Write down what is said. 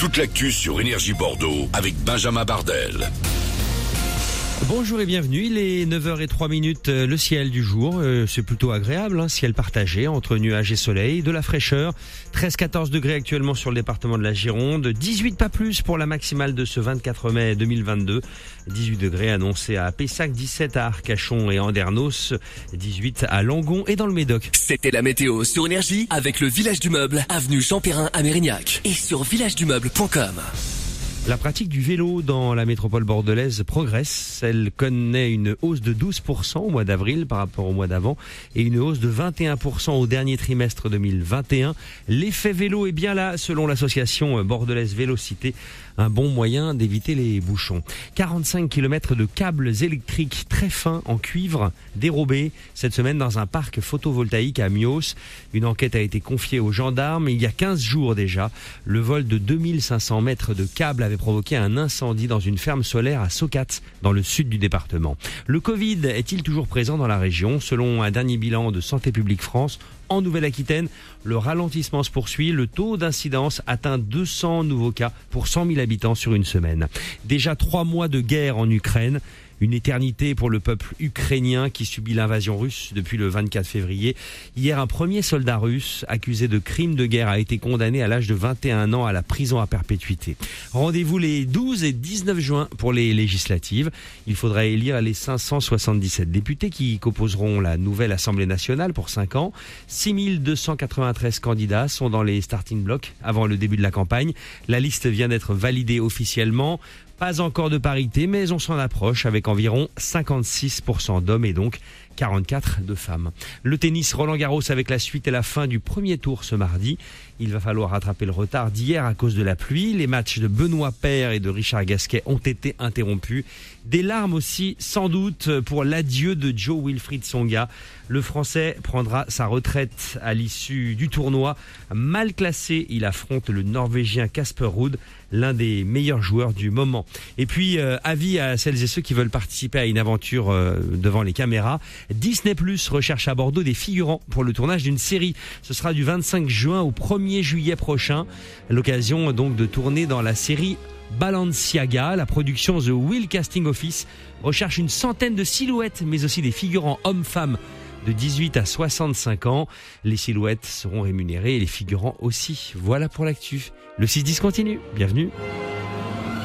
toute l'actu sur Énergie Bordeaux avec Benjamin Bardel. Bonjour et bienvenue, il est 9h03, le ciel du jour, c'est plutôt agréable, ciel partagé entre nuages et soleil, de la fraîcheur, 13-14 degrés actuellement sur le département de la Gironde, 18 pas plus pour la maximale de ce 24 mai 2022, 18 degrés annoncés à Pessac, 17 à Arcachon et Andernos, 18 à Langon et dans le Médoc. C'était la météo sur Énergie avec le Village du Meuble, avenue Jean Perrin à Mérignac et sur villagedumeuble.com. La pratique du vélo dans la métropole bordelaise progresse. Elle connaît une hausse de 12% au mois d'avril par rapport au mois d'avant et une hausse de 21% au dernier trimestre 2021. L'effet vélo est bien là, selon l'association bordelaise Vélocité, un bon moyen d'éviter les bouchons. 45 km de câbles électriques très fins en cuivre dérobés cette semaine dans un parc photovoltaïque à Mios. Une enquête a été confiée aux gendarmes il y a 15 jours déjà. Le vol de 2500 mètres de câbles avait provoqué un incendie dans une ferme solaire à Socat, dans le sud du département. Le Covid est-il toujours présent dans la région? Selon un dernier bilan de Santé publique France, en Nouvelle-Aquitaine, le ralentissement se poursuit. Le taux d'incidence atteint 200 nouveaux cas pour 100 000 habitants sur une semaine. Déjà 3 mois de guerre en Ukraine. Une éternité pour le peuple ukrainien qui subit l'invasion russe depuis le 24 février. Hier, un premier soldat russe accusé de crimes de guerre a été condamné à l'âge de 21 ans à la prison à perpétuité. Rendez-vous les 12 et 19 juin pour les législatives. Il faudra élire les 577 députés qui composeront la nouvelle Assemblée nationale pour 5 ans. 6293 candidats sont dans les starting blocks avant le début de la campagne. La liste vient d'être validée officiellement. Pas encore de parité, mais on s'en approche avec environ 56% d'hommes et donc 44 de femmes. Le tennis Roland-Garros avec la suite et la fin du premier tour ce mardi. Il va falloir rattraper le retard d'hier à cause de la pluie. Les matchs de Benoît Paire et de Richard Gasquet ont été interrompus. Des larmes aussi, sans doute, pour l'adieu de Jo-Wilfried Tsonga. Le Français prendra sa retraite à l'issue du tournoi. Mal classé, il affronte le Norvégien Casper Ruud, l'un des meilleurs joueurs du moment. Et puis, avis à celles et ceux qui veulent participer à une aventure devant les caméras. Disney+ recherche à Bordeaux des figurants pour le tournage d'une série. Ce sera du 25 juin au 1er juillet prochain. L'occasion donc de tourner dans la série Balenciaga. La production The Will Casting Office recherche une centaine de silhouettes, mais aussi des figurants hommes-femmes de 18 à 65 ans. Les silhouettes seront rémunérées et les figurants aussi. Voilà pour l'actu. Le 6-10 continue. Bienvenue.